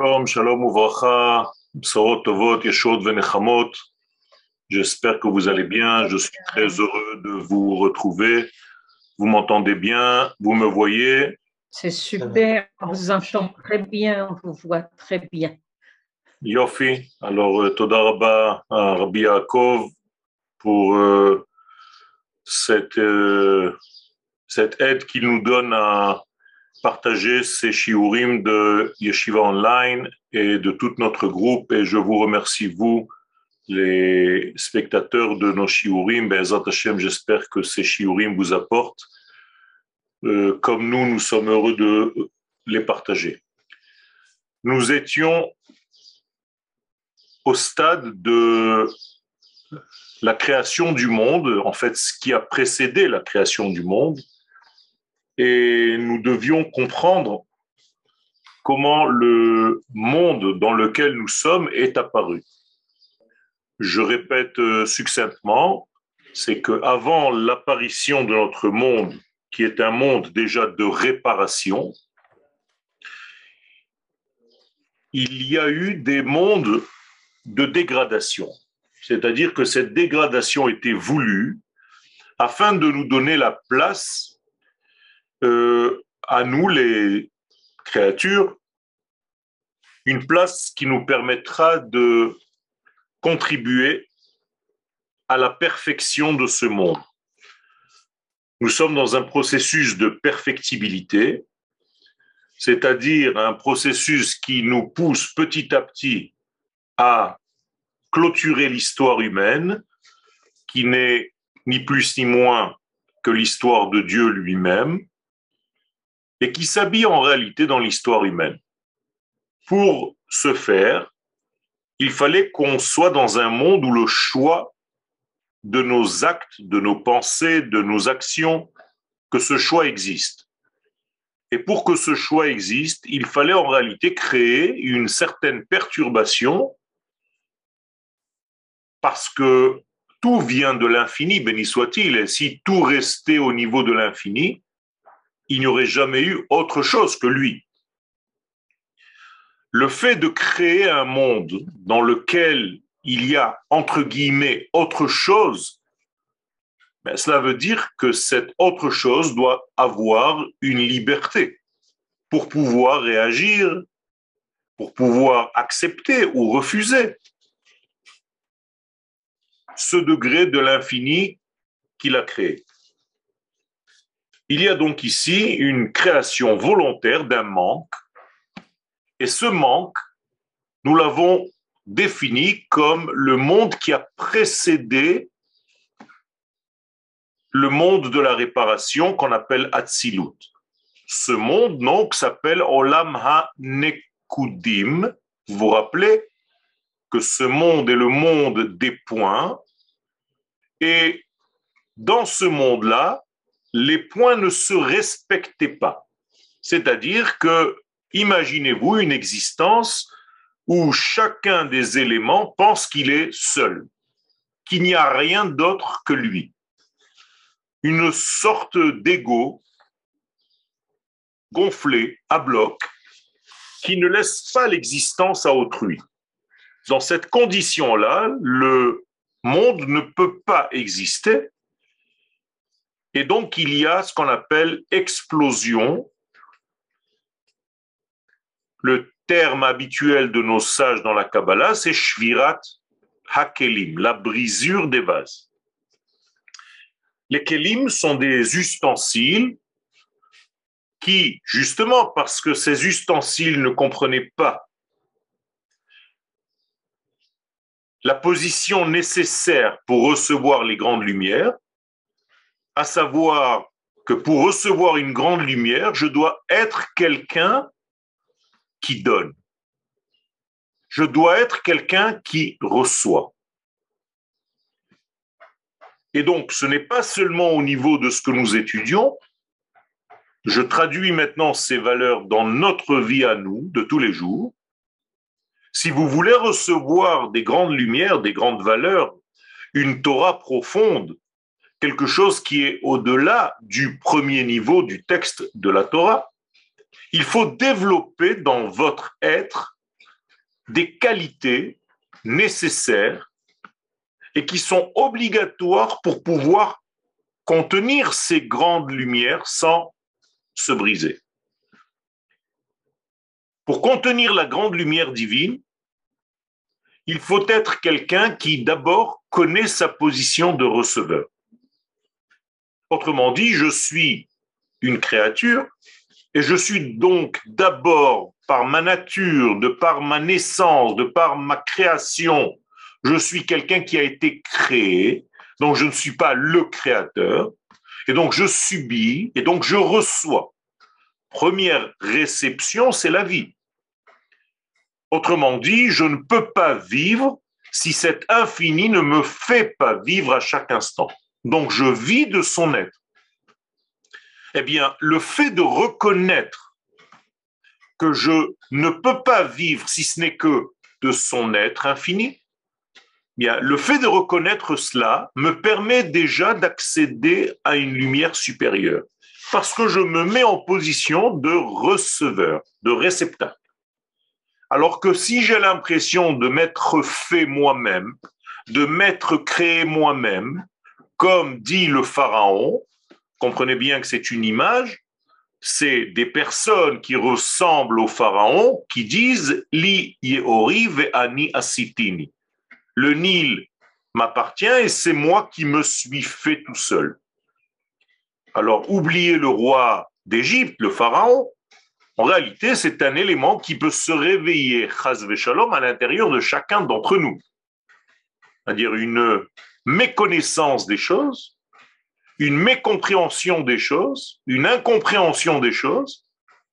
Shalom, shalom uvracha, bsorot tovot, yeshot venechamot. J'espère que vous allez bien. Je suis très heureux de vous retrouver. Vous m'entendez bien? Vous me voyez? C'est super, on vous entend très bien, on vous voit très bien. Yofi. Alors, toda rabba à Rabbi Yaakov pour cette aide qu'il nous donne à partager ces shiurim de Yeshiva Online et de tout notre groupe. Et je vous remercie, vous, les spectateurs de nos shiurim. Be'ezrat Hashem, j'espère que ces shiurim vous apportent. Comme nous sommes heureux de les partager. Nous étions au stade de la création du monde, en fait, ce qui a précédé la création du monde, et nous devions comprendre comment le monde dans lequel nous sommes est apparu. Je répète succinctement, c'est qu'avant l'apparition de notre monde, qui est un monde déjà de réparation, il y a eu des mondes de dégradation. C'est-à-dire que cette dégradation était voulue afin de nous donner la place à nous, les créatures, une place qui nous permettra de contribuer à la perfection de ce monde. Nous sommes dans un processus de perfectibilité, c'est-à-dire un processus qui nous pousse petit à petit à clôturer l'histoire humaine, qui n'est ni plus ni moins que l'histoire de Dieu lui-même, et qui s'habille en réalité dans l'histoire humaine. Pour ce faire, il fallait qu'on soit dans un monde où le choix de nos actes, de nos pensées, de nos actions, que ce choix existe. Et pour que ce choix existe, il fallait en réalité créer une certaine perturbation parce que tout vient de l'infini, béni soit-il, et si tout restait au niveau de l'infini, il n'y aurait jamais eu autre chose que lui. Le fait de créer un monde dans lequel il y a, entre guillemets, autre chose, ben, cela veut dire que cette autre chose doit avoir une liberté pour pouvoir réagir, pour pouvoir accepter ou refuser ce degré de l'infini qu'il a créé. Il y a donc ici une création volontaire d'un manque, et ce manque, nous l'avons défini comme le monde qui a précédé le monde de la réparation qu'on appelle Atzilut. Ce monde, donc, s'appelle Olam HaNekudim. Vous vous rappelez que ce monde est le monde des points, et dans ce monde-là, les points ne se respectaient pas. C'est-à-dire que, imaginez-vous une existence où chacun des éléments pense qu'il est seul, qu'il n'y a rien d'autre que lui. Une sorte d'ego gonflé à bloc qui ne laisse pas l'existence à autrui. Dans cette condition-là, le monde ne peut pas exister. Et donc, il y a ce qu'on appelle explosion. Le terme habituel de nos sages dans la Kabbalah, c'est Shvirat HaKelim, la brisure des vases. Les Kelim sont des ustensiles qui, justement parce que ces ustensiles ne comprenaient pas la position nécessaire pour recevoir les grandes lumières, à savoir que pour recevoir une grande lumière, je dois être quelqu'un qui donne. Je dois être quelqu'un qui reçoit. Et donc, ce n'est pas seulement au niveau de ce que nous étudions. Je traduis maintenant ces valeurs dans notre vie à nous, de tous les jours. Si vous voulez recevoir des grandes lumières, des grandes valeurs, une Torah profonde, quelque chose qui est au-delà du premier niveau du texte de la Torah, il faut développer dans votre être des qualités nécessaires et qui sont obligatoires pour pouvoir contenir ces grandes lumières sans se briser. Pour contenir la grande lumière divine, il faut être quelqu'un qui d'abord connaît sa position de receveur. Autrement dit, je suis une créature et je suis donc d'abord, par ma nature, de par ma naissance, de par ma création, je suis quelqu'un qui a été créé, donc je ne suis pas le créateur, et donc je subis, et donc je reçois. Première réception, c'est la vie. Autrement dit, je ne peux pas vivre si cet infini ne me fait pas vivre à chaque instant. Donc je vis de son être. Eh bien, le fait de reconnaître que je ne peux pas vivre si ce n'est que de son être infini, bien, le fait de reconnaître cela me permet déjà d'accéder à une lumière supérieure, parce que je me mets en position de receveur, de réceptacle. Alors que si j'ai l'impression de m'être fait moi-même, de m'être créé moi-même, comme dit le pharaon, comprenez bien que c'est une image, c'est des personnes qui ressemblent au pharaon qui disent Li Yehori ve'ani asitini. Le Nil m'appartient et c'est moi qui me suis fait tout seul. Alors, oubliez le roi d'Égypte, le pharaon. En réalité, c'est un élément qui peut se réveiller, chas v'shalom, à l'intérieur de chacun d'entre nous. C'est-à-dire une méconnaissance des choses, une mécompréhension des choses, une incompréhension des choses,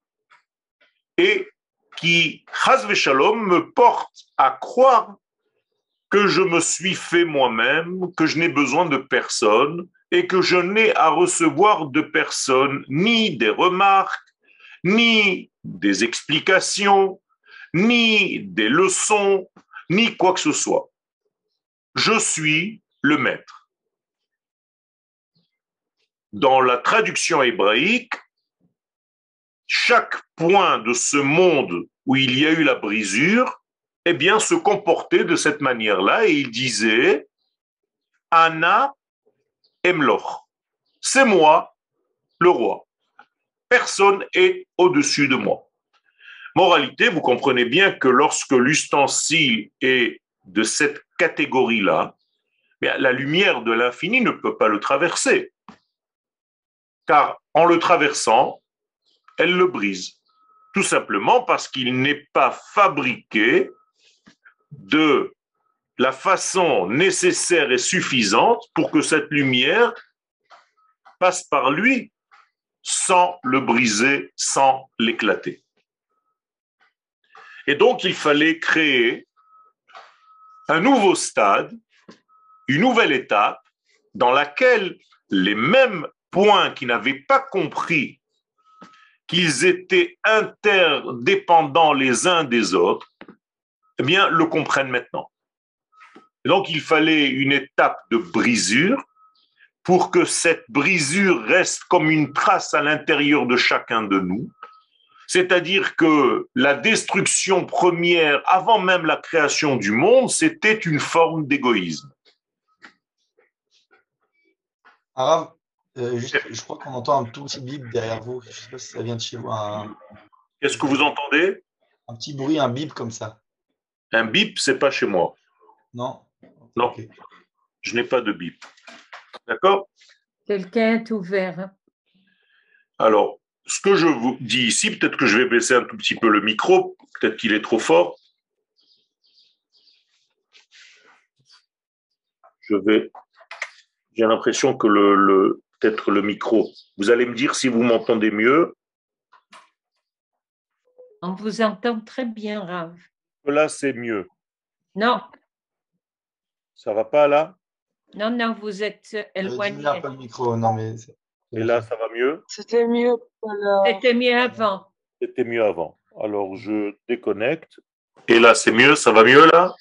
et qui, chas v'shalom, me porte à croire que je me suis fait moi-même, que je n'ai besoin de personne, et que je n'ai à recevoir de personne ni des remarques, ni des explications, ni des leçons, ni quoi que ce soit. Je suis le maître. Dans la traduction hébraïque, chaque point de ce monde où il y a eu la brisure, eh bien, se comportait de cette manière-là et il disait Ana Emloch, c'est moi, le roi. Personne est au-dessus de moi. Moralité, vous comprenez bien que lorsque l'ustensile est de cette catégorie-là, la lumière de l'infini ne peut pas le traverser. Car en le traversant, elle le brise. Tout simplement parce qu'il n'est pas fabriqué de la façon nécessaire et suffisante pour que cette lumière passe par lui sans le briser, sans l'éclater. Et donc, il fallait créer un nouveau stade, une nouvelle étape dans laquelle les mêmes points qui n'avaient pas compris qu'ils étaient interdépendants les uns des autres, eh bien, le comprennent maintenant. Et donc, il fallait une étape de brisure pour que cette brisure reste comme une trace à l'intérieur de chacun de nous. C'est-à-dire que la destruction première, avant même la création du monde, c'était une forme d'égoïsme. Arabe, je crois qu'on entend un tout petit bip derrière vous. Je ne sais pas si ça vient de chez vous. Qu'est-ce que vous entendez? Un petit bruit, un bip comme ça. Un bip, c'est pas chez moi. Non? Non, Okay. Je n'ai pas de bip. D'accord? Quelqu'un est ouvert. Alors, ce que je vous dis ici, peut-être que je vais baisser un tout petit peu le micro, peut-être qu'il est trop fort. J'ai l'impression que peut-être le micro. Vous allez me dire si vous m'entendez mieux. On vous entend très bien, Rav. Là, c'est mieux. Non. Ça va pas là? Non, non, vous êtes éloigné. Un peu le micro, non mais. Et là, ça va mieux? C'était mieux. C'était mieux avant. C'était mieux avant. Alors, je déconnecte. Et là, c'est mieux? Ça va mieux là?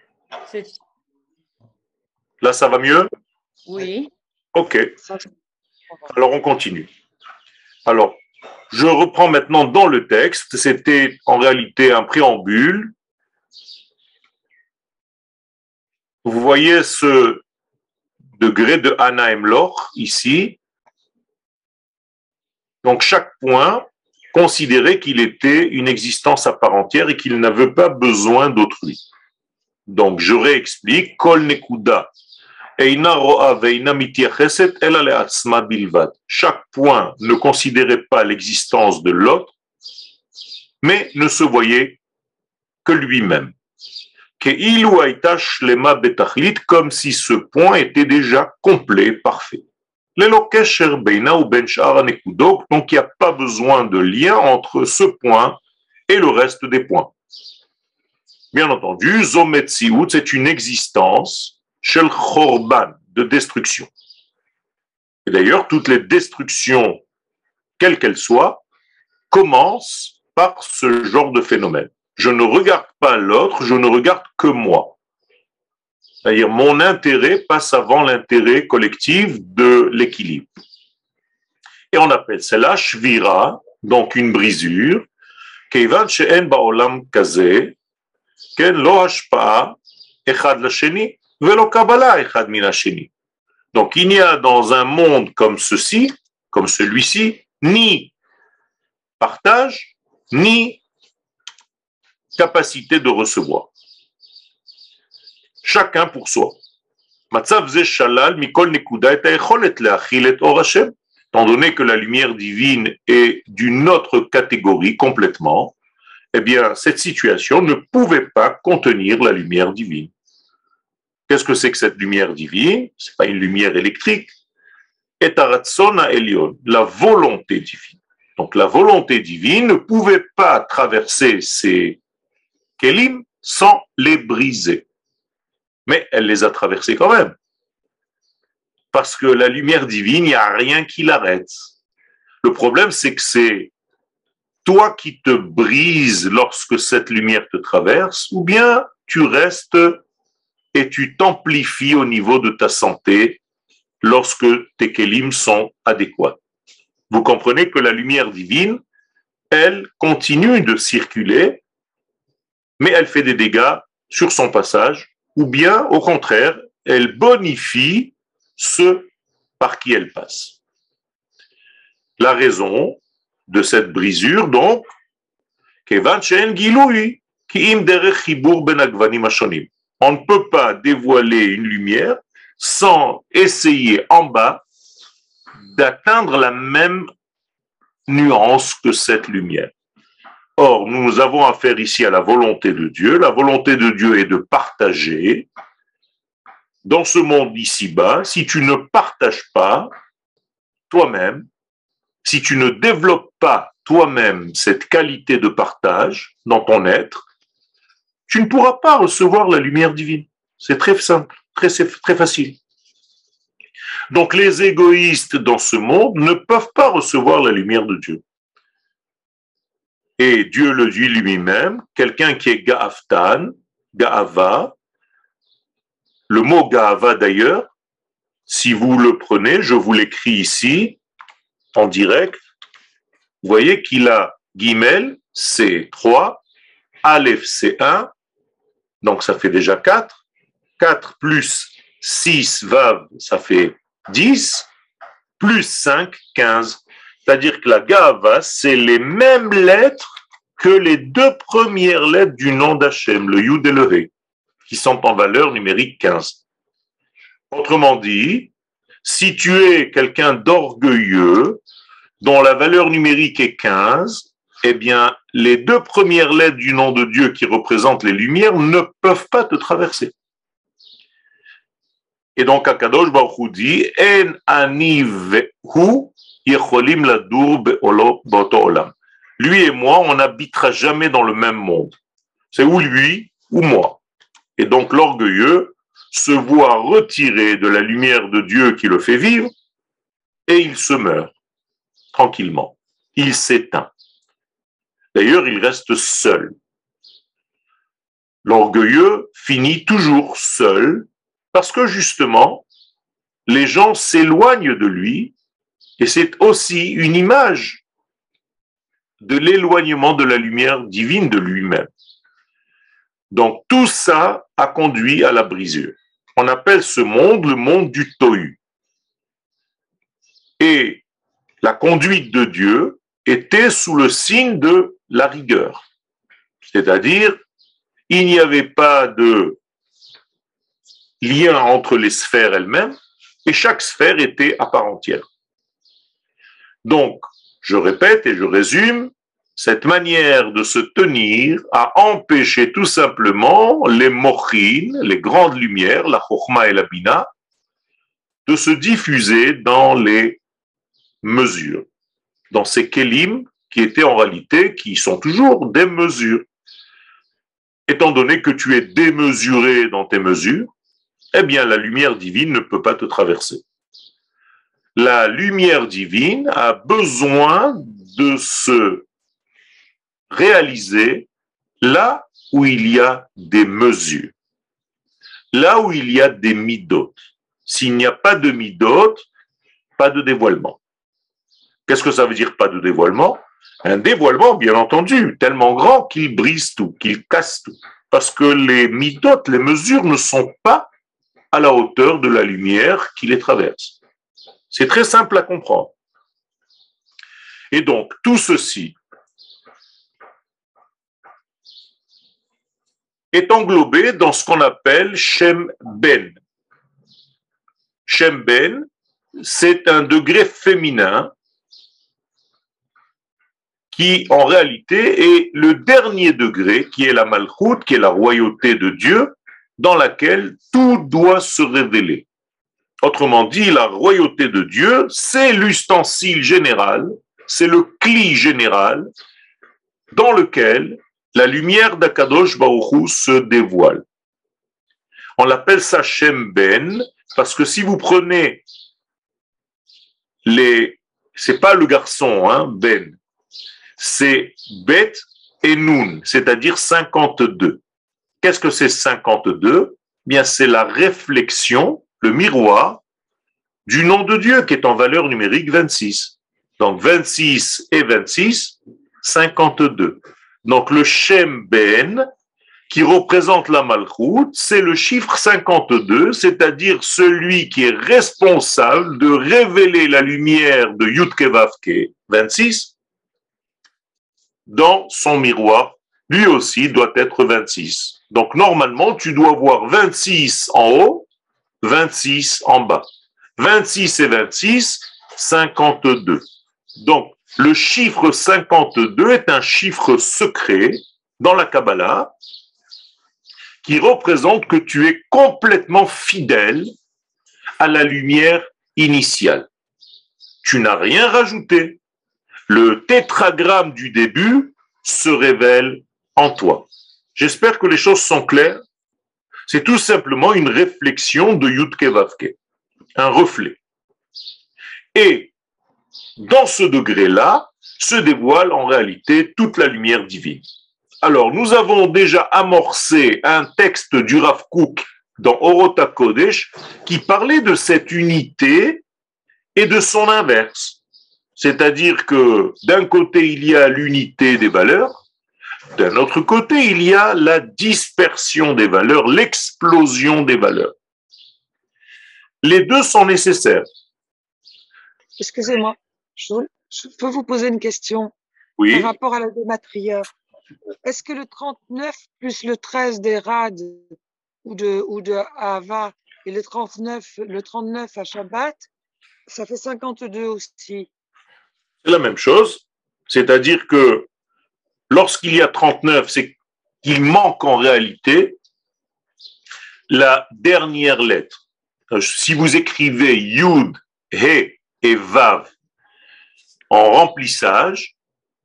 Là, ça va mieux? Oui. Ok. Alors, on continue. Alors, je reprends maintenant dans le texte. C'était en réalité un préambule Vous voyez ce degré de Ana Emloch ici. Donc chaque point considérait qu'il était une existence à part entière et qu'il n'avait pas besoin d'autrui. Donc je réexplique, Kol Nekuda. Chaque point ne considérait pas l'existence de l'autre, mais ne se voyait que lui-même. Comme si ce point était déjà complet, parfait. Donc il n'y a pas besoin de lien entre ce point et le reste des points. Bien entendu, Zometziut, c'est une existence shel chorban, de destruction. Et d'ailleurs, toutes les destructions, quelles qu'elles soient, commencent par ce genre de phénomène. Je ne regarde pas l'autre, je ne regarde que moi. C'est-à-dire, mon intérêt passe avant l'intérêt collectif de l'équilibre. Et on appelle cela shvira, donc une brisure, keivan she'en ba'olam kazeh, ken lo hashpa'a echad lasheni, velo kabbalah echad min hasheni. Donc, il n'y a dans un monde comme ceci, comme celui-ci, ni partage, ni capacité de recevoir. Chacun pour soi. Étant donné que la lumière divine est d'une autre catégorie complètement, eh bien, cette situation ne pouvait pas contenir la lumière divine. Qu'est-ce que c'est que cette lumière divine? Ce n'est pas une lumière électrique. Et Taratsona Elion, la volonté divine. Donc la volonté divine ne pouvait pas traverser ces kelim sans les briser. Mais elle les a traversés quand même. Parce que la lumière divine, il n'y a rien qui l'arrête. Le problème, c'est que c'est toi qui te brises lorsque cette lumière te traverse, ou bien tu restes et tu t'amplifies au niveau de ta santé lorsque tes kelim sont adéquats. Vous comprenez que la lumière divine, elle continue de circuler, mais elle fait des dégâts sur son passage, ou bien, au contraire, elle bonifie ceux par qui elle passe. La raison de cette brisure, donc, on ne peut pas dévoiler une lumière sans essayer en bas d'atteindre la même nuance que cette lumière. Or, nous avons affaire ici à la volonté de Dieu. La volonté de Dieu est de partager. Dans ce monde ici-bas, si tu ne partages pas toi-même, si tu ne développes pas toi-même cette qualité de partage dans ton être, tu ne pourras pas recevoir la lumière divine. C'est très simple, très facile. Donc les égoïstes dans ce monde ne peuvent pas recevoir la lumière de Dieu. Et Dieu le dit lui-même, quelqu'un qui est Ga'aftan, Ga'ava, le mot Ga'ava d'ailleurs, si vous le prenez, je vous l'écris ici, en direct, vous voyez qu'il a Gimel, c'est 3, Aleph, c'est 1, donc ça fait déjà 4, 4 plus 6, Vav, ça fait 10, plus 5, 15. C'est-à-dire que la Ga'ava, c'est les mêmes lettres que les deux premières lettres du nom d'Hachem, le Yud et le He, qui sont en valeur numérique 15. Autrement dit, si tu es quelqu'un d'orgueilleux, dont la valeur numérique est 15, eh bien, les deux premières lettres du nom de Dieu qui représentent les lumières ne peuvent pas te traverser. Et donc, Akadosh Baruch Hu dit, En ani vehu yecholim ladur be'olo b'oto olam. Lui et moi, on n'habitera jamais dans le même monde. C'est ou lui ou moi. Et donc, l'orgueilleux se voit retiré de la lumière de Dieu qui le fait vivre et il se meurt tranquillement. Il s'éteint. D'ailleurs, il reste seul. L'orgueilleux finit toujours seul parce que justement, les gens s'éloignent de lui et c'est aussi une image de l'éloignement de la lumière divine de lui-même. Donc tout ça a conduit à la brisure. On appelle ce monde le monde du Tohu. Et la conduite de Dieu était sous le signe de la rigueur. C'est-à-dire, il n'y avait pas de lien entre les sphères elles-mêmes et chaque sphère était à part entière. Donc, je répète et je résume, cette manière de se tenir a empêché tout simplement les mochines, les grandes lumières, la chokhma et la bina, de se diffuser dans les mesures, dans ces kélim qui étaient en réalité, qui sont toujours des mesures. Étant donné que tu es démesuré dans tes mesures, eh bien la lumière divine ne peut pas te traverser. La lumière divine a besoin de se réaliser là où il y a des mesures, là où il y a des midot. S'il n'y a pas de midot, pas de dévoilement. Qu'est-ce que ça veut dire pas de dévoilement? Un dévoilement, bien entendu, tellement grand qu'il brise tout, qu'il casse tout. Parce que les midot, les mesures ne sont pas à la hauteur de la lumière qui les traverse. C'est très simple à comprendre. Et donc, tout ceci est englobé dans ce qu'on appelle Shem Ben. Shem Ben, c'est un degré féminin qui, en réalité, est le dernier degré, qui est la Malchut, qui est la royauté de Dieu, dans laquelle tout doit se révéler. Autrement dit, la royauté de Dieu, c'est l'ustensile général, c'est le cli général dans lequel la lumière d'Akadosh Baruch Hu se dévoile. On l'appelle ça Shem Ben, parce que si vous prenez c'est pas le garçon, hein, Ben, c'est Bet et Nun, c'est-à-dire 52. Qu'est-ce que c'est 52? Bien, c'est la réflexion, le miroir du nom de Dieu qui est en valeur numérique 26. Donc 26 et 26, 52. Donc le Shem Ben, qui représente la Malchut, c'est le chiffre 52, c'est-à-dire celui qui est responsable de révéler la lumière de Yud Ke Vav Ke, 26, dans son miroir. Lui aussi doit être 26. Donc normalement, tu dois voir 26 en haut, 26 en bas. 26 et 26, 52. Donc, le chiffre 52 est un chiffre secret dans la Kabbalah qui représente que tu es complètement fidèle à la lumière initiale. Tu n'as rien rajouté. Le tétragramme du début se révèle en toi. J'espère que les choses sont claires. C'est tout simplement une réflexion de Yud Ke Vav Ke, un reflet. Et dans ce degré-là, se dévoile en réalité toute la lumière divine. Alors, nous avons déjà amorcé un texte du Rav Kook dans Orot HaKodesh qui parlait de cette unité et de son inverse. C'est-à-dire que d'un côté, il y a l'unité des valeurs, d'un autre côté, il y a la dispersion des valeurs, l'explosion des valeurs. Les deux sont nécessaires. Excusez-moi, je peux vous poser une question Oui. par rapport à la Gematria. Est-ce que le 39 plus le 13 des Rad ou de Hava et le 39 à Shabbat, ça fait 52 aussi? C'est la même chose. C'est-à-dire que lorsqu'il y a 39, c'est qu'il manque en réalité la dernière lettre. Si vous écrivez Yud, He et Vav en remplissage,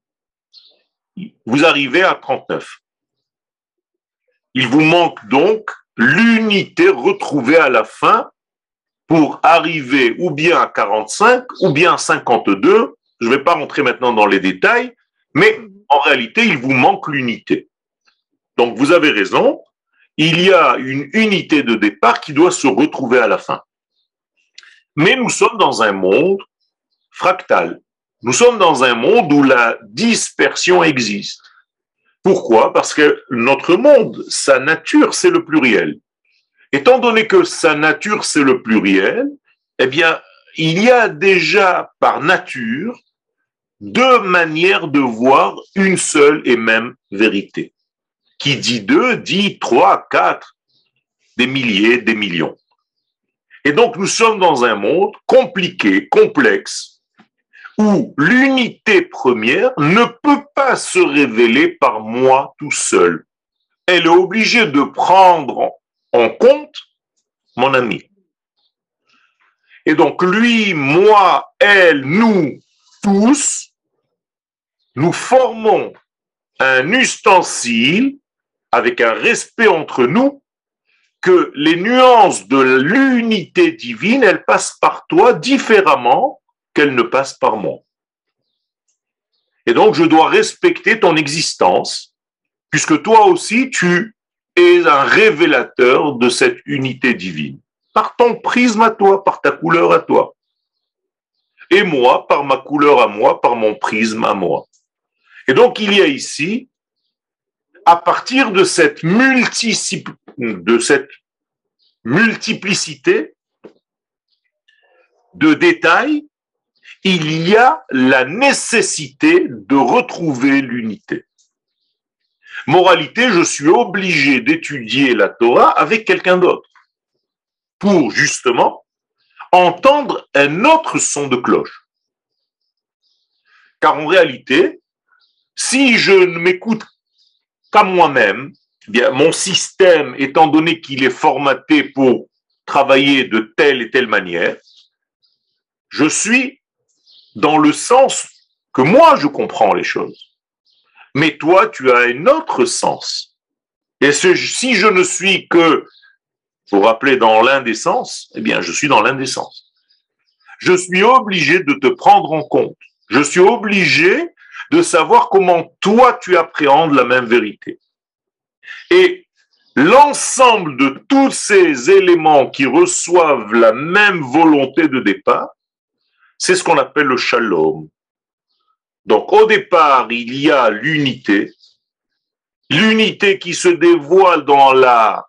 vous arrivez à 39. Il vous manque donc l'unité retrouvée à la fin pour arriver ou bien à 45 ou bien à 52. Je ne vais pas rentrer maintenant dans les détails, mais en réalité, il vous manque l'unité. Donc vous avez raison, il y a une unité de départ qui doit se retrouver à la fin. Mais nous sommes dans un monde fractal. Nous sommes dans un monde où la dispersion existe. Pourquoi? Parce que notre monde, sa nature, c'est le pluriel. Étant donné que sa nature, c'est le pluriel, eh bien, il y a déjà par nature deux manières de voir une seule et même vérité. Qui dit deux, dit trois, quatre, des milliers, des millions. Et donc, nous sommes dans un monde compliqué, complexe, où l'unité première ne peut pas se révéler par moi tout seul. Elle est obligée de prendre en compte mon ami. Et donc, lui, moi, elle, nous, tous, nous formons un ustensile avec un respect entre nous, que les nuances de l'unité divine, elles passent par toi différemment qu'elles ne passent par moi. Et donc, je dois respecter ton existence, puisque toi aussi, tu es un révélateur de cette unité divine, par ton prisme à toi, par ta couleur à toi. Et moi, par ma couleur à moi, par mon prisme à moi. Et donc, il y a ici, à partir de cette multiplicité de détails, il y a la nécessité de retrouver l'unité. Moralité, je suis obligé d'étudier la Torah avec quelqu'un d'autre pour justement entendre un autre son de cloche. Car en réalité, si je ne m'écoute qu'à moi-même, eh bien, mon système, étant donné qu'il est formaté pour travailler de telle et telle manière, je suis dans le sens que moi je comprends les choses. Mais toi, tu as un autre sens. Et si je ne suis que, pour rappeler, dans l'indécence, eh bien, je suis dans l'indécence. Je suis obligé de te prendre en compte. Je suis obligé de savoir comment toi tu appréhendes la même vérité. Et l'ensemble de tous ces éléments qui reçoivent la même volonté de départ, c'est ce qu'on appelle le shalom. Donc au départ, il y a l'unité qui se dévoile dans la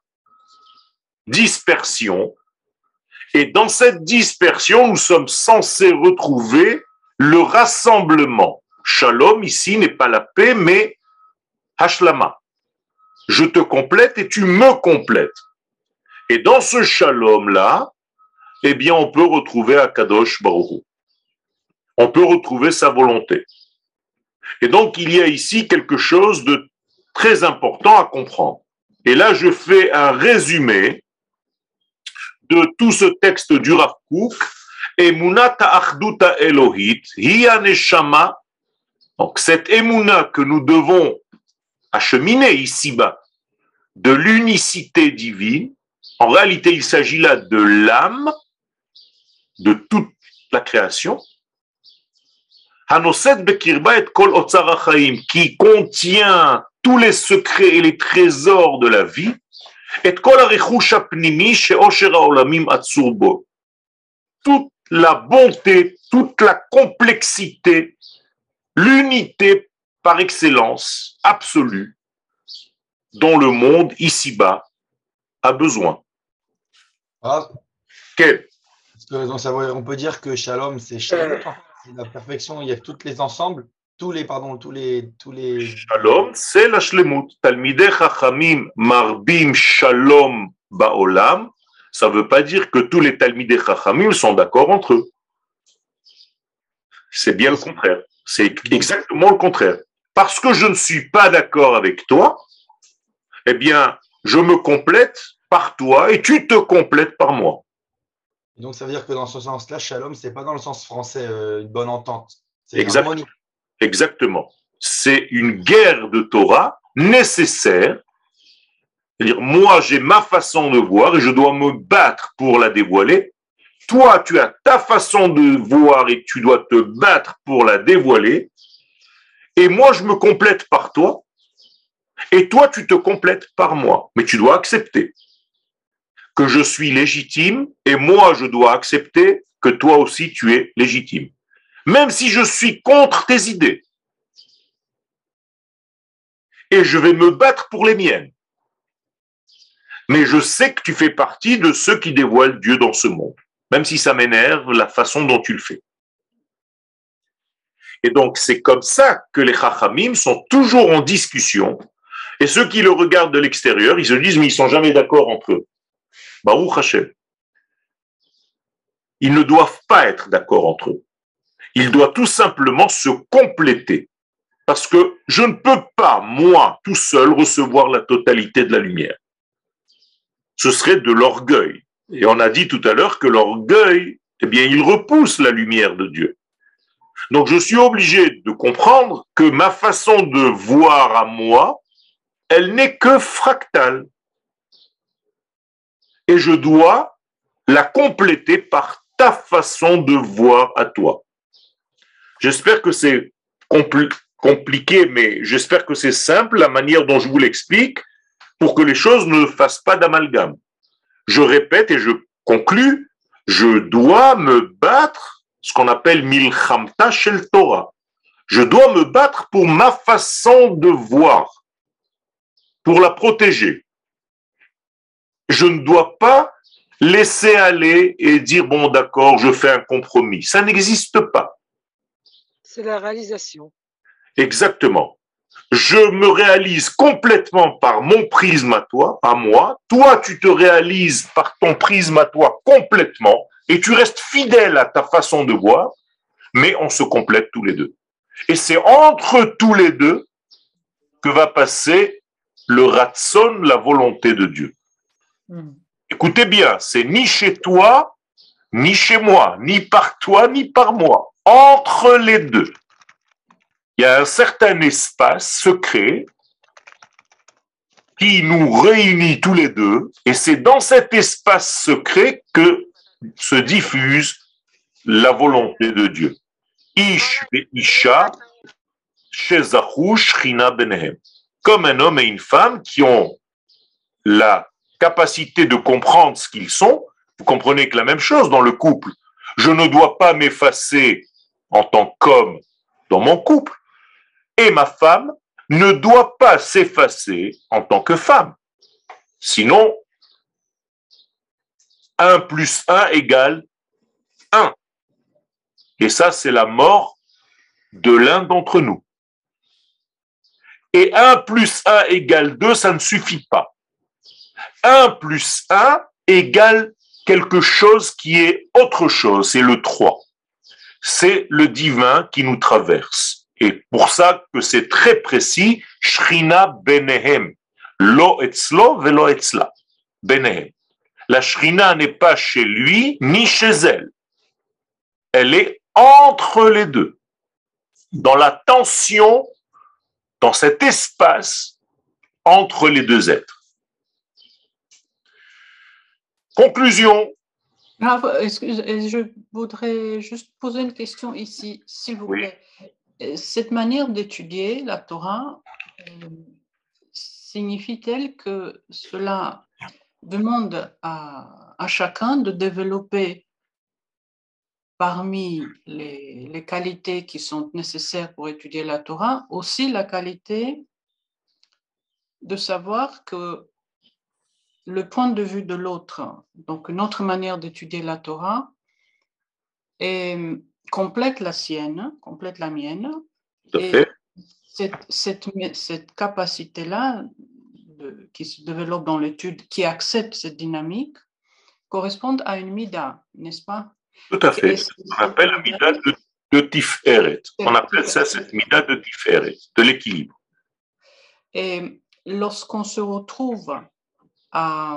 dispersion, et dans cette dispersion, nous sommes censés retrouver le rassemblement. Shalom, ici, n'est pas la paix, mais hashlama. Je te complète et tu me complètes. Et dans ce shalom-là, eh bien, on peut retrouver Akadosh Baruch Hu. On peut retrouver sa volonté. Et donc, il y a ici quelque chose de très important à comprendre. Et là, je fais un résumé de tout ce texte du Rav Kook. Emunat ha'achduta Elohit, hiya neshama. Donc, cette émouna que nous devons acheminer ici-bas, de l'unicité divine, en réalité, il s'agit là de l'âme de toute la création, qui contient tous les secrets et les trésors de la vie, toute la bonté, toute la complexité, l'unité par excellence absolue dont le monde ici-bas a besoin. Ah, Quel? donc on peut dire que Shalom, c'est Shalom, c'est la perfection, il y a tous les ensembles, tous les. Shalom, c'est la shlemut. Talmidei chachamim marbim shalom ba'olam. Ça ne veut pas dire que tous les talmidei chachamim sont d'accord entre eux. C'est bien le contraire. C'est exactement le contraire. Parce que je ne suis pas d'accord avec toi, eh bien, je me complète par toi et tu te complètes par moi. Donc, ça veut dire que dans ce sens-là, Shalom, c'est pas dans le sens français, une bonne entente. C'est Exactement. Exactement. C'est une guerre de Torah nécessaire. C'est-à-dire, moi, j'ai ma façon de voir et je dois me battre pour la dévoiler. Toi, tu as ta façon de voir et tu dois te battre pour la dévoiler. Et moi, je me complète par toi. Et toi, tu te complètes par moi. Mais tu dois accepter que je suis légitime et moi, je dois accepter que toi aussi, tu es légitime. Même si je suis contre tes idées. et je vais me battre pour les miennes. Mais je sais que tu fais partie de ceux qui dévoilent Dieu dans ce monde, même si ça m'énerve la façon dont tu le fais. Et donc, c'est comme ça que les Chachamim sont toujours en discussion, et ceux qui le regardent de l'extérieur, ils se disent, mais ils sont jamais d'accord entre eux. Baruch Hashem. Ils ne doivent pas être d'accord entre eux. Ils doivent tout simplement se compléter. Parce que je ne peux pas, moi, tout seul, recevoir la totalité de la lumière. Ce serait de l'orgueil. Et on a dit tout à l'heure que l'orgueil, eh bien, il repousse la lumière de Dieu. Donc, je suis obligé de comprendre que ma façon de voir à moi, elle n'est que fractale. Et je dois la compléter par ta façon de voir à toi. J'espère que c'est compliqué, mais j'espère que c'est simple, la manière dont je vous l'explique, pour que les choses ne fassent pas d'amalgame. Je répète et je conclus, je dois me battre, ce qu'on appelle milchamta shel Torah. Je dois me battre pour ma façon de voir, pour la protéger. Je ne dois pas laisser aller et dire, bon d'accord, je fais un compromis. Ça n'existe pas. C'est la réalisation. Exactement. Je me réalise complètement par mon prisme à toi, à moi. Toi, tu te réalises par ton prisme à toi complètement et tu restes fidèle à ta façon de voir, mais on se complète tous les deux. Et c'est entre tous les deux que va passer le ratson, la volonté de Dieu. Écoutez bien, c'est ni chez toi, ni chez moi, ni par toi, ni par moi. Entre les deux. Il y a un certain espace secret qui nous réunit tous les deux, et c'est dans cet espace secret que se diffuse la volonté de Dieu. Ish ve isha shezachu shchina benehem. Comme un homme et une femme qui ont la capacité de comprendre ce qu'ils sont. Vous comprenez que la même chose dans le couple. Je ne dois pas m'effacer en tant qu'homme dans mon couple. Et ma femme ne doit pas s'effacer en tant que femme. Sinon, 1 plus 1 égale 1. Et ça, c'est la mort de l'un d'entre nous. Et 1 plus 1 égale 2, ça ne suffit pas. 1 plus 1 égale quelque chose qui est autre chose, c'est le 3. C'est le divin qui nous traverse. Et pour ça que c'est très précis, Shrina Benehem, Lo Etzlo Velo Etzla, Benehem. La Shrina n'est pas chez lui ni chez elle. Elle est entre les deux, dans la tension, dans cet espace entre les deux êtres. Conclusion. Je voudrais juste poser une question ici, s'il vous plaît. Cette manière d'étudier la Torah signifie-t-elle que cela demande à chacun de développer parmi les qualités qui sont nécessaires pour étudier la Torah, aussi la qualité de savoir que le point de vue de l'autre, donc notre manière d'étudier la Torah, complète la sienne, complète la mienne. Et cette capacité-là qui se développe dans l'étude, qui accepte cette dynamique, correspond à une mida, n'est-ce pas? Tout à fait. On appelle la mida de Tiferet. On appelle ça cette mida de Tiferet, de l'équilibre. Et lorsqu'on se retrouve à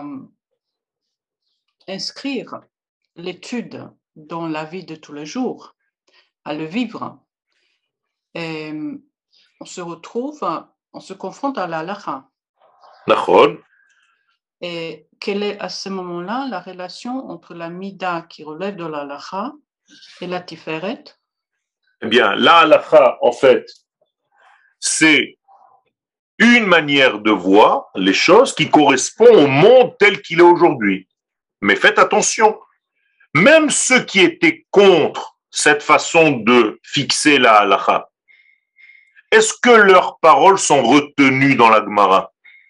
inscrire l'étude dans la vie de tous les jours, à le vivre, et on se retrouve, on se confronte à la halakha. Nachon. Et quelle est à ce moment-là la relation entre la mida qui relève de la halakha et la tiferet? Eh bien, la halakha, en fait, c'est une manière de voir les choses qui correspond au monde tel qu'il est aujourd'hui. Mais faites attention, même ceux qui étaient contre cette façon de fixer la halakha, est-ce que leurs paroles sont retenues dans la Gemara?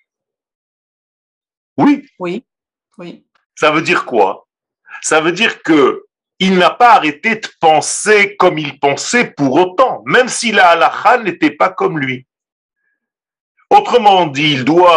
Oui. Oui, oui. Ça veut dire quoi? Ça veut dire que il n'a pas arrêté de penser comme il pensait pour autant, même si la halakha n'était pas comme lui. Autrement dit,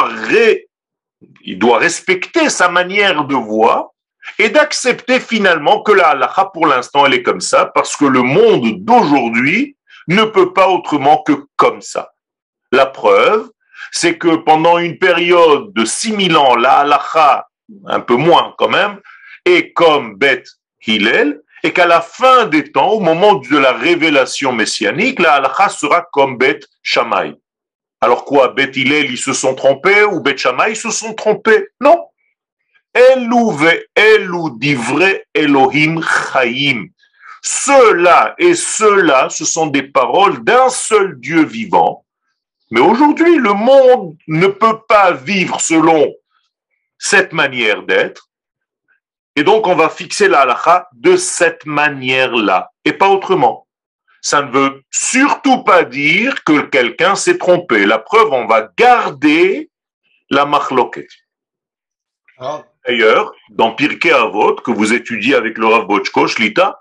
il doit respecter sa manière de voir et d'accepter finalement que la halakha, pour l'instant, elle est comme ça, parce que le monde d'aujourd'hui ne peut pas autrement que comme ça. La preuve, c'est que pendant une période de 6000 ans, la halakha, un peu moins quand même, est comme Beth Hillel, et qu'à la fin des temps, au moment de la révélation messianique, la halakha sera comme Beth Shammai. Alors quoi, Beth Hillel, ils se sont trompés, ou Beth Shammai, ils se sont trompés? Non. Elu ve'elu divrei Elohim chaim. Ceux-là et ceux-là, ce sont des paroles d'un seul Dieu vivant. Mais aujourd'hui, le monde ne peut pas vivre selon cette manière d'être. Et donc, on va fixer la halakha de cette manière-là, et pas autrement. Ça ne veut surtout pas dire que quelqu'un s'est trompé. La preuve, on va garder la machloket. D'ailleurs, dans Pirkei Avot, que vous étudiez avec le Rav Bochko, Shlita,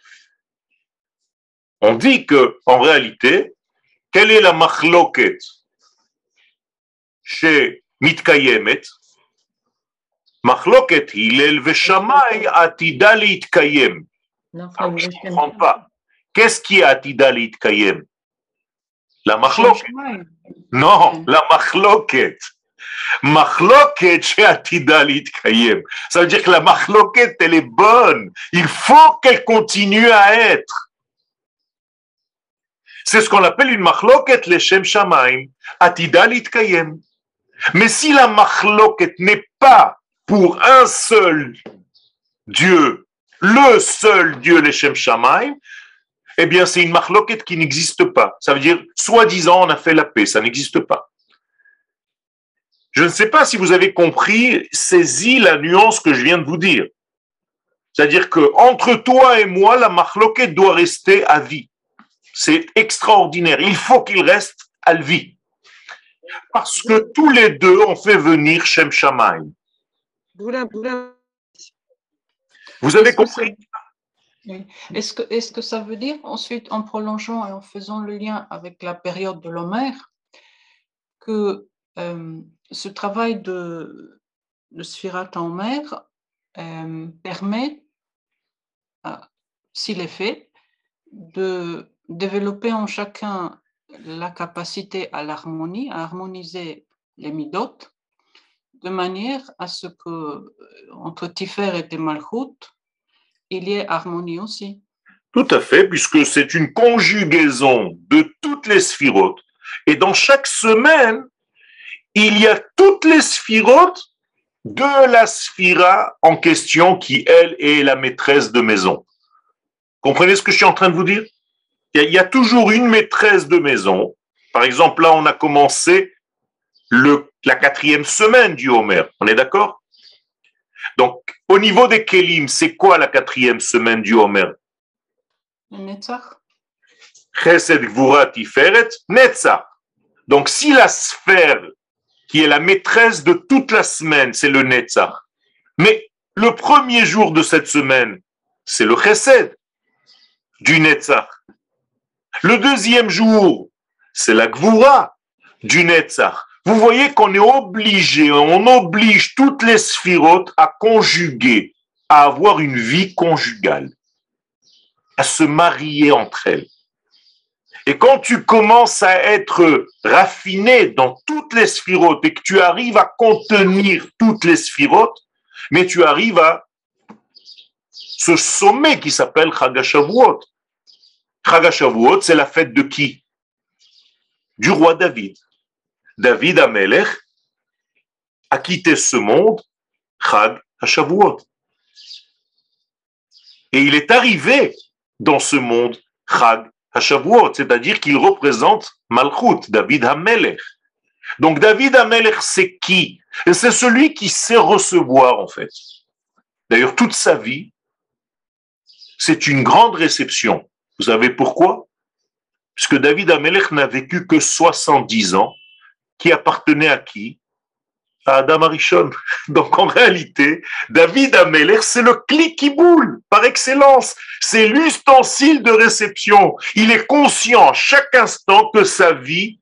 on dit que, en réalité, quelle est la machloket chez Mitkayemet? Machloket Hillel veShammai atida litkayem. Alors, je ne comprends pas. Qu'est-ce qui est atida litkayem? La machloket. Non, la machloket. Machloket chez atida litkayem. Ça veut dire que la machloket, elle est bonne. Il faut qu'elle continue à être. C'est ce qu'on appelle une machloket leshem shamaim, atida litkayem. Mais si la machloket n'est pas pour un seul Dieu, le seul Dieu leshem shamaim, eh bien c'est une machloket qui n'existe pas. Ça veut dire, soi-disant, on a fait la paix, ça n'existe pas. Je ne sais pas si vous avez compris, saisi la nuance que je viens de vous dire. C'est-à-dire que entre toi et moi, la machloket doit rester à vie. C'est extraordinaire. Il faut qu'il reste à vie. Parce que tous les deux ont fait venir Shem Shamaim. Vous avez compris? Oui. Est-ce que ça veut dire ensuite, en prolongeant et en faisant le lien avec la période de l'Homère, que ce travail de Sfirat Homer permet, s'il est fait, de développer en chacun la capacité à l'harmonie, à harmoniser les midot, de manière à ce que entre Tiferet et Malchut, il y ait harmonie aussi. Tout à fait, puisque c'est une conjugaison de toutes les sphirotes. Et dans chaque semaine, il y a toutes les sphirotes de la sphira en question qui, elle, est la maîtresse de maison. Comprenez ce que je suis en train de vous dire? Il y a toujours une maîtresse de maison. Par exemple, là, on a commencé la 4e semaine du Homer. On est d'accord? Donc, au niveau des Kélim, c'est quoi la 4e semaine du Homer? Le Netzach. Chesed, Gvura, Tiferet, Netzach. Donc, si la sphère qui est la maîtresse de toute la semaine, c'est le Netzach, mais le premier jour de cette semaine, c'est le Chesed du Netzach. Le deuxième jour, c'est la Gvura du Netzach. Vous voyez qu'on est obligé, on oblige toutes les sphirotes à conjuguer, à avoir une vie conjugale, à se marier entre elles. Et quand tu commences à être raffiné dans toutes les sphirotes et que tu arrives à contenir toutes les sphirotes, mais tu arrives à ce sommet qui s'appelle Chag HaShavuot. Chag HaShavuot, c'est la fête de qui? Du roi David. David Amelech a quitté ce monde, Chag HaShavuot. Et il est arrivé dans ce monde, Chag HaShavuot, c'est-à-dire qu'il représente Malchut, David Amelech. Donc David Amelech, c'est qui? Et c'est celui qui sait recevoir, en fait. D'ailleurs, toute sa vie, c'est une grande réception. Vous savez pourquoi? Puisque David Amelech n'a vécu que 70 ans, qui appartenait à qui? À Adam Arishon. Donc en réalité, David Amelech, c'est le kli qui boule par excellence. C'est l'ustensile de réception. Il est conscient à chaque instant que sa vie,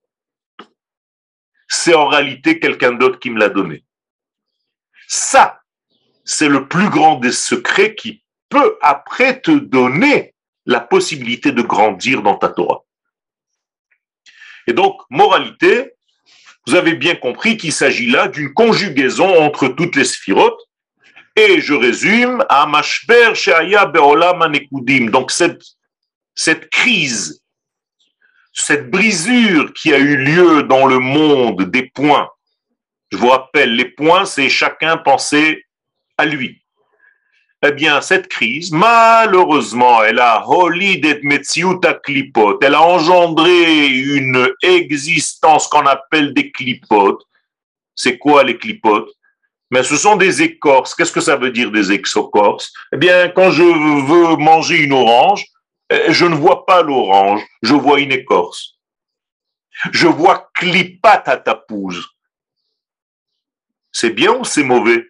c'est en réalité quelqu'un d'autre qui me l'a donné. Ça, c'est le plus grand des secrets qui peut après te donner la possibilité de grandir dans ta Torah. Et donc, moralité, vous avez bien compris qu'il s'agit là d'une conjugaison entre toutes les sphirotes. Et je résume, à Mashber Sheaya Be'olam Anekudim. Donc cette crise, cette brisure qui a eu lieu dans le monde des points. Je vous rappelle, les points, c'est chacun penser à lui. Eh bien, cette crise, malheureusement, elle a elle a engendré une existence qu'on appelle des clipotes. C'est quoi les clipotes? Mais ce sont des écorces. Qu'est-ce que ça veut dire des écorces? Eh bien, quand je veux manger une orange, je ne vois pas l'orange, je vois une écorce. Je vois clipat à tapouze. C'est bien ou c'est mauvais?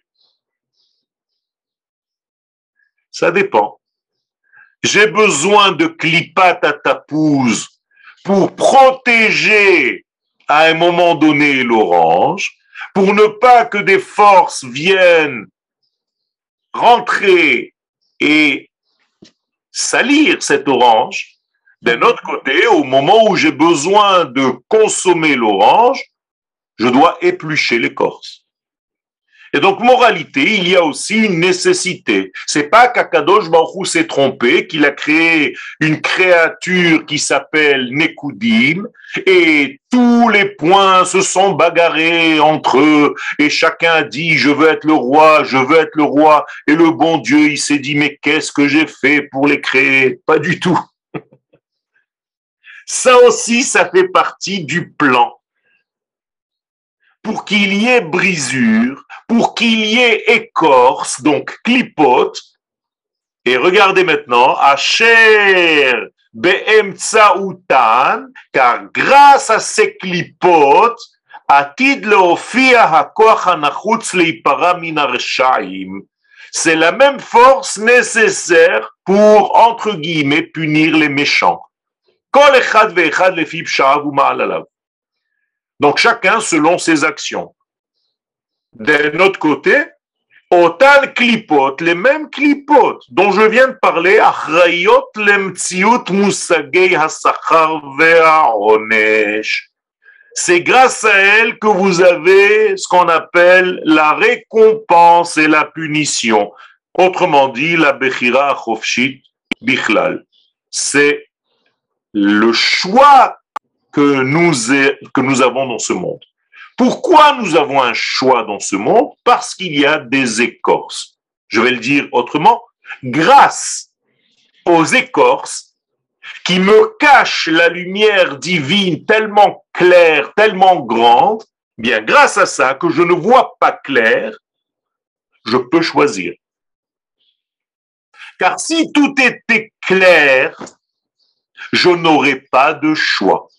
Ça dépend. J'ai besoin de clipat à tapouze pour protéger à un moment donné l'orange, pour ne pas que des forces viennent rentrer et salir cette orange. D'un autre côté, au moment où j'ai besoin de consommer l'orange, je dois éplucher l'écorce. Et donc, moralité, il y a aussi une nécessité. C'est pas qu'Akadosh Baruch Hu s'est trompé, qu'il a créé une créature qui s'appelle Nekudim, et tous les points se sont bagarrés entre eux, et chacun a dit, je veux être le roi, je veux être le roi, et le bon Dieu, il s'est dit, mais qu'est-ce que j'ai fait pour les créer? Pas du tout. Ça aussi, ça fait partie du plan. Pour qu'il y ait brisure, pour qu'il y ait écorce, donc clipote. Et regardez maintenant, Asher be'emtsaoutan, car grâce à ces clipotes, atid leofia hakoach hanachutz leipara min hareshaim. C'est la même force nécessaire pour, entre guillemets, punir les méchants. Kol echad ve'echad lefi psha'av u'ma'alalav. Donc chacun selon ses actions. D'un autre côté, autant clipotes, les mêmes clipotes dont je viens de parler, achrayot lemtziut musagei hasachar ve'aonesh. C'est grâce à elles que vous avez ce qu'on appelle la récompense et la punition. Autrement dit, la bechira chofshit bichlal. C'est le choix que nous avons dans ce monde. Pourquoi nous avons un choix dans ce monde? Parce qu'il y a des écorces. Je vais le dire autrement, grâce aux écorces qui me cachent la lumière divine tellement claire, tellement grande, bien grâce à ça que je ne vois pas clair, je peux choisir. Car si tout était clair, je n'aurais pas de choix.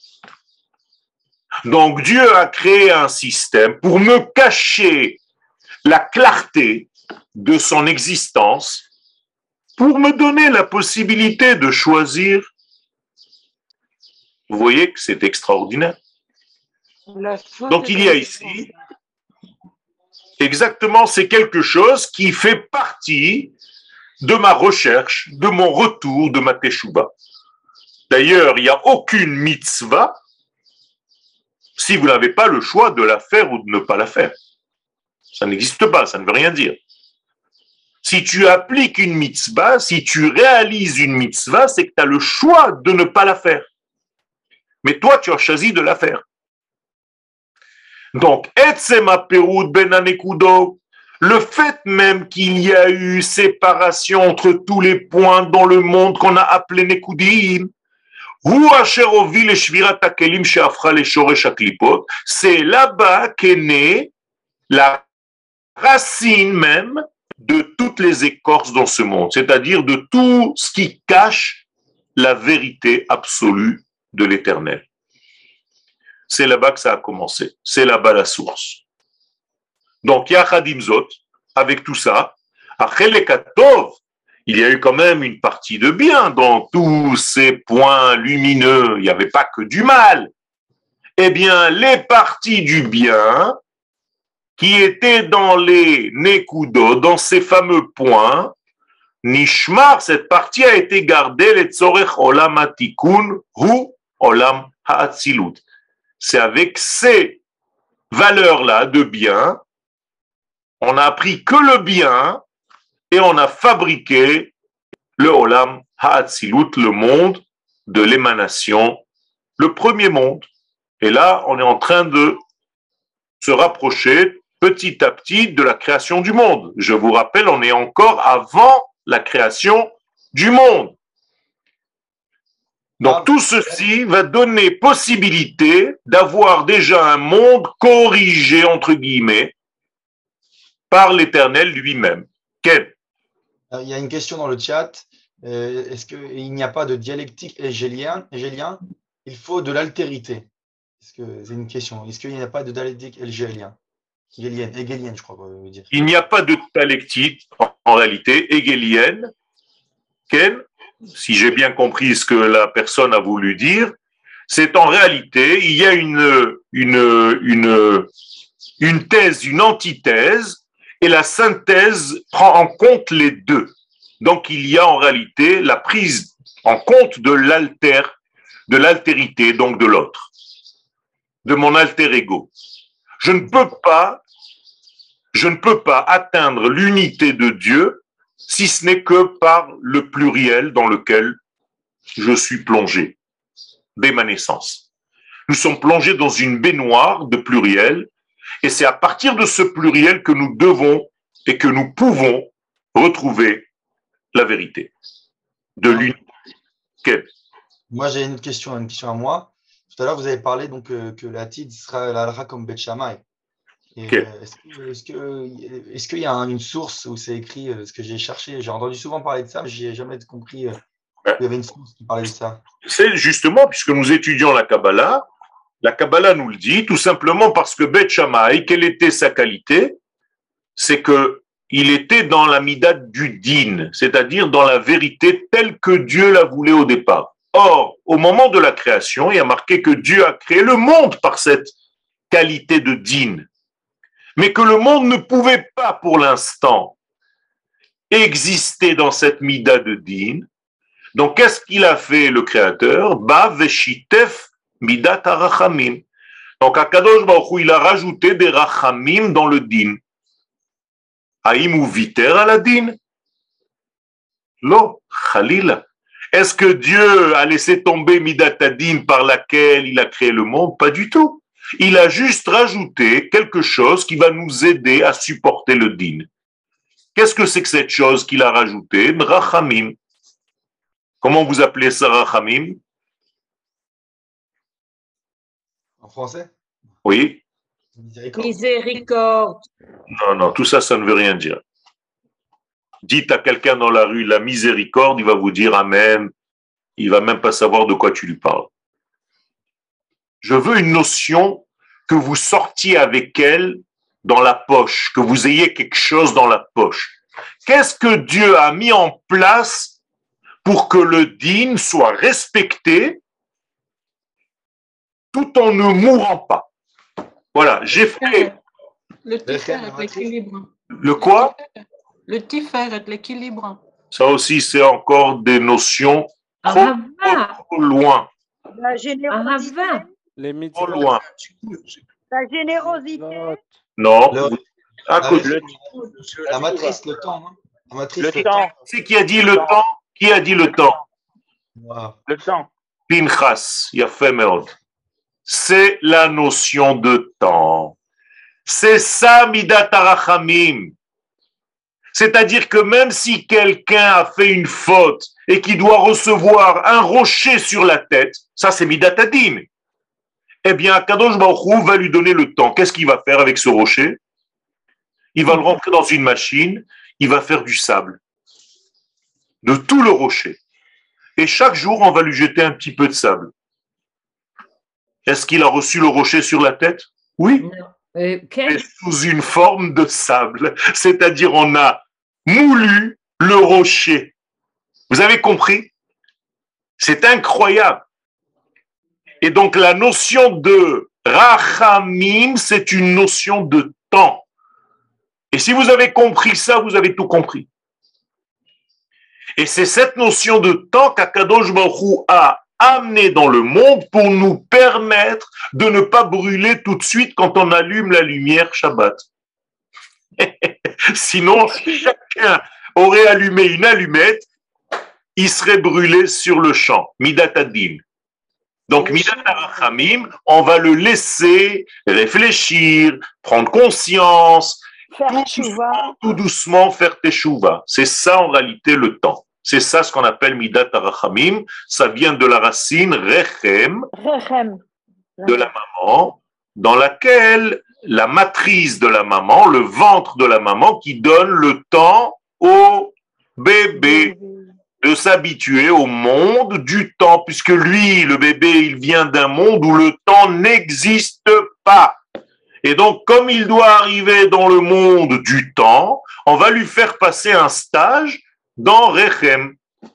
Donc Dieu a créé un système pour me cacher la clarté de son existence, pour me donner la possibilité de choisir. Vous voyez que c'est extraordinaire. Donc il y a ici, exactement, c'est quelque chose qui fait partie de ma recherche, de mon retour, de ma teshuva. D'ailleurs, il n'y a aucune mitzvah si vous n'avez pas le choix de la faire ou de ne pas la faire. Ça n'existe pas, ça ne veut rien dire. Si tu appliques une mitzvah, si tu réalises une mitzvah, c'est que tu as le choix de ne pas la faire. Mais toi, tu as choisi de la faire. Donc, etzema perud ben anekudo, le fait même qu'il y a eu séparation entre tous les points dans le monde qu'on a appelé nekudim, c'est là-bas qu'est née la racine même de toutes les écorces dans ce monde, c'est-à-dire de tout ce qui cache la vérité absolue de l'Éternel. C'est là-bas que ça a commencé. C'est là-bas la source. Donc, Yachadim Zot, avec tout ça, Achelekatov, il y a eu quand même une partie de bien dans tous ces points lumineux. Il n'y avait pas que du mal. Eh bien, les parties du bien qui étaient dans les Nekudo, dans ces fameux points, Nishmar, cette partie a été gardée, les Tzorech Olam Hatikun, Hu Olam Ha'atzilut. C'est avec ces valeurs-là de bien, on n'a appris que le bien et on a fabriqué le Olam Ha'atzilut, le monde de l'émanation, le premier monde. Et là, on est en train de se rapprocher petit à petit de la création du monde. Je vous rappelle, on est encore avant la création du monde. Donc tout ceci va donner possibilité d'avoir déjà un monde corrigé, entre guillemets, par l'Éternel lui-même. Quel? Il y a une question dans le chat. Est-ce qu'il n'y a pas de dialectique hégélien? Il faut de l'altérité. C'est une question. Est-ce qu'il n'y a pas de dialectique hégélienne, je crois qu'on veut dire. Il n'y a pas de dialectique, en réalité, hégélienne. Quel? Si j'ai bien compris ce que la personne a voulu dire, c'est en réalité, il y a une thèse, une antithèse, et la synthèse prend en compte les deux. Donc, il y a en réalité la prise en compte de l'altérité, donc de l'autre, de mon alter ego. Je ne peux pas atteindre l'unité de Dieu si ce n'est que par le pluriel dans lequel je suis plongé, dès ma naissance. Nous sommes plongés dans une baignoire de pluriel, et c'est à partir de ce pluriel que nous devons et que nous pouvons retrouver la vérité de l'unité. Okay. Moi, j'ai une question à moi. Tout à l'heure, vous avez parlé donc que la Tid sera l'Alra comme Bet Shammai. Okay. Est-ce qu'il y a une source où c'est écrit ce que j'ai cherché? J'ai entendu souvent parler de ça, mais je n'ai jamais compris qu'il y avait une source qui parlait de ça. C'est justement, puisque nous étudions la Kabbalah nous le dit, tout simplement parce que Bet Shammai, quelle était sa qualité? C'est qu'il était dans la midat du din, c'est-à-dire dans la vérité telle que Dieu la voulait au départ. Or, au moment de la création, il y a marqué que Dieu a créé le monde par cette qualité de din, mais que le monde ne pouvait pas pour l'instant exister dans cette midah de din. Donc, qu'est-ce qu'il a fait le Créateur? Ba veshitef midat harachamim. Donc, Akadosh Baruch Hu, il a rajouté des rachamim dans le din. Haïm ou viter à la din? Lo, khalila. Est-ce que Dieu a laissé tomber midat din par laquelle il a créé le monde? Pas du tout. Il a juste rajouté quelque chose qui va nous aider à supporter le din. Qu'est-ce que c'est que cette chose qu'il a rajouté? Rachamim. Comment vous appelez ça, rachamim? En français? Oui. Miséricorde. Non, tout ça, ça ne veut rien dire. Dites à quelqu'un dans la rue la miséricorde, il va vous dire amen. Il va même pas savoir de quoi tu lui parles. Je veux une notion que vous sortiez avec elle dans la poche, que vous ayez quelque chose dans la poche. Qu'est-ce que Dieu a mis en place pour que le din soit respecté tout en ne mourant pas? Voilà, j'ai fait... Le tiferet, l'équilibre. Le quoi? Le tiferet, l'équilibre. Ça aussi, c'est encore des notions trop loin. La générosité. Trop loin. La générosité. Non. À côté. La matrice, le temps. Hein. La matrice, Le temps. C'est qui a dit le temps? Qui a dit le temps? Wow. Le temps. Pinchas, Yafé Meod. C'est la notion de temps. C'est ça, Midat Harachamim. C'est-à-dire que même si quelqu'un a fait une faute et qu'il doit recevoir un rocher sur la tête, ça c'est Midat Hadin. Eh bien, Akadosh Baruch Hu va lui donner le temps. Qu'est-ce qu'il va faire avec ce rocher? Il va le rentrer dans une machine, il va faire du sable, de tout le rocher. Et chaque jour, on va lui jeter un petit peu de sable. Est-ce qu'il a reçu le rocher sur la tête? Oui, Non. mais sous une forme de sable. C'est-à-dire, on a moulu le rocher. Vous avez compris? C'est incroyable. Et donc, la notion de rachamim, c'est une notion de temps. Et si vous avez compris ça, vous avez tout compris. Et c'est cette notion de temps qu'Akadosh Baruch Hu a amené dans le monde pour nous permettre de ne pas brûler tout de suite quand on allume la lumière Shabbat. Sinon, chacun aurait allumé une allumette, il serait brûlé sur le champ. Midat Adin. Donc, Midat Arachamim, on va le laisser réfléchir, prendre conscience, tout doucement faire teshuva. C'est ça en réalité le temps. C'est ça ce qu'on appelle Midat Arachamim. Ça vient de la racine Rechem, de la maman, dans laquelle la matrice de la maman, le ventre de la maman, qui donne le temps au bébé de s'habituer au monde du temps, puisque lui, le bébé, il vient d'un monde où le temps n'existe pas. Et donc, comme il doit arriver dans le monde du temps, on va lui faire passer un stage dans Rechem,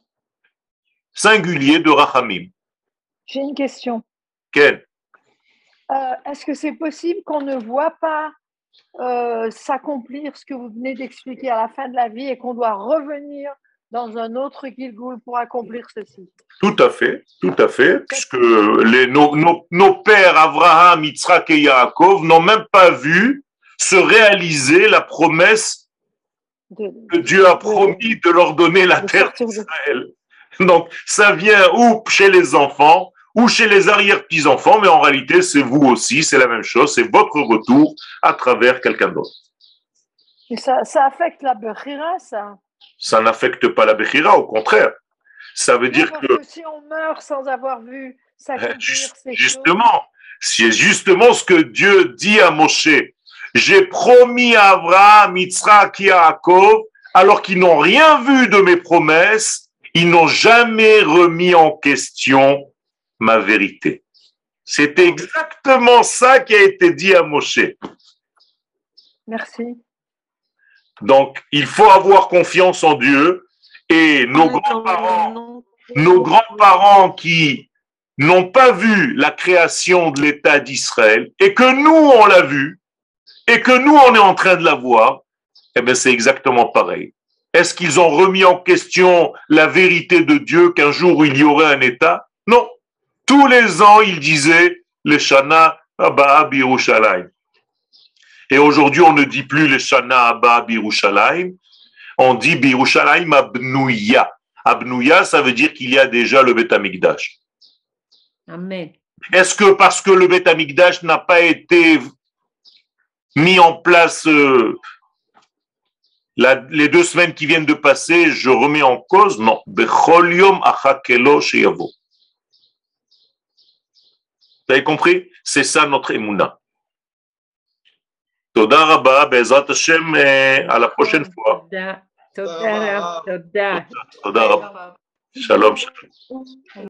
singulier de Rachamim. J'ai une question. Quelle? Est-ce que c'est possible qu'on ne voit pas s'accomplir ce que vous venez d'expliquer à la fin de la vie et qu'on doit revenir dans un autre Gilgoul pour accomplir ceci? Tout à fait, puisque nos pères Abraham, Yitzhak et Yaakov n'ont même pas vu se réaliser la promesse que Dieu a promis de leur donner la terre d'Israël. Donc, ça vient ou chez les enfants, ou chez les arrière-petits-enfants, mais en réalité, c'est vous aussi, c'est la même chose, c'est votre retour à travers quelqu'un d'autre. Et ça affecte la Bechira, ça? Ça n'affecte pas la Bechira, au contraire. Ça veut dire que si on meurt sans avoir vu s'accomplir ces justement, c'est justement ce que Dieu dit à Moshe. J'ai promis à Abraham, Yitzhak et Yaakov, alors qu'ils n'ont rien vu de mes promesses, ils n'ont jamais remis en question ma vérité. C'est exactement ça qui a été dit à Moshe. Merci. Donc, il faut avoir confiance en Dieu et nos grands-parents qui n'ont pas vu la création de l'État d'Israël et que nous, on l'a vu et que nous, on est en train de la voir, eh bien, c'est exactement pareil. Est-ce qu'ils ont remis en question la vérité de Dieu qu'un jour il y aurait un État? Non. Tous les ans, ils disaient le Shana Abba Birushalayim. Et aujourd'hui, on ne dit plus le Shana Abba Birushalayim, on dit Birushalayim Abnouya. Abnouya, ça veut dire qu'il y a déjà le Beth Amikdash. Amen. Est-ce que parce que le Beth Amikdash n'a pas été mis en place les 2 semaines qui viennent de passer, je remets en cause? Non. Bechol yom achakelo sheyavo. Vous avez compris? C'est ça notre émouna. Toda Rabba, Bezrat Hashem, à la prochaine fois. Toda. Toda Rabba. Shalom, shalom.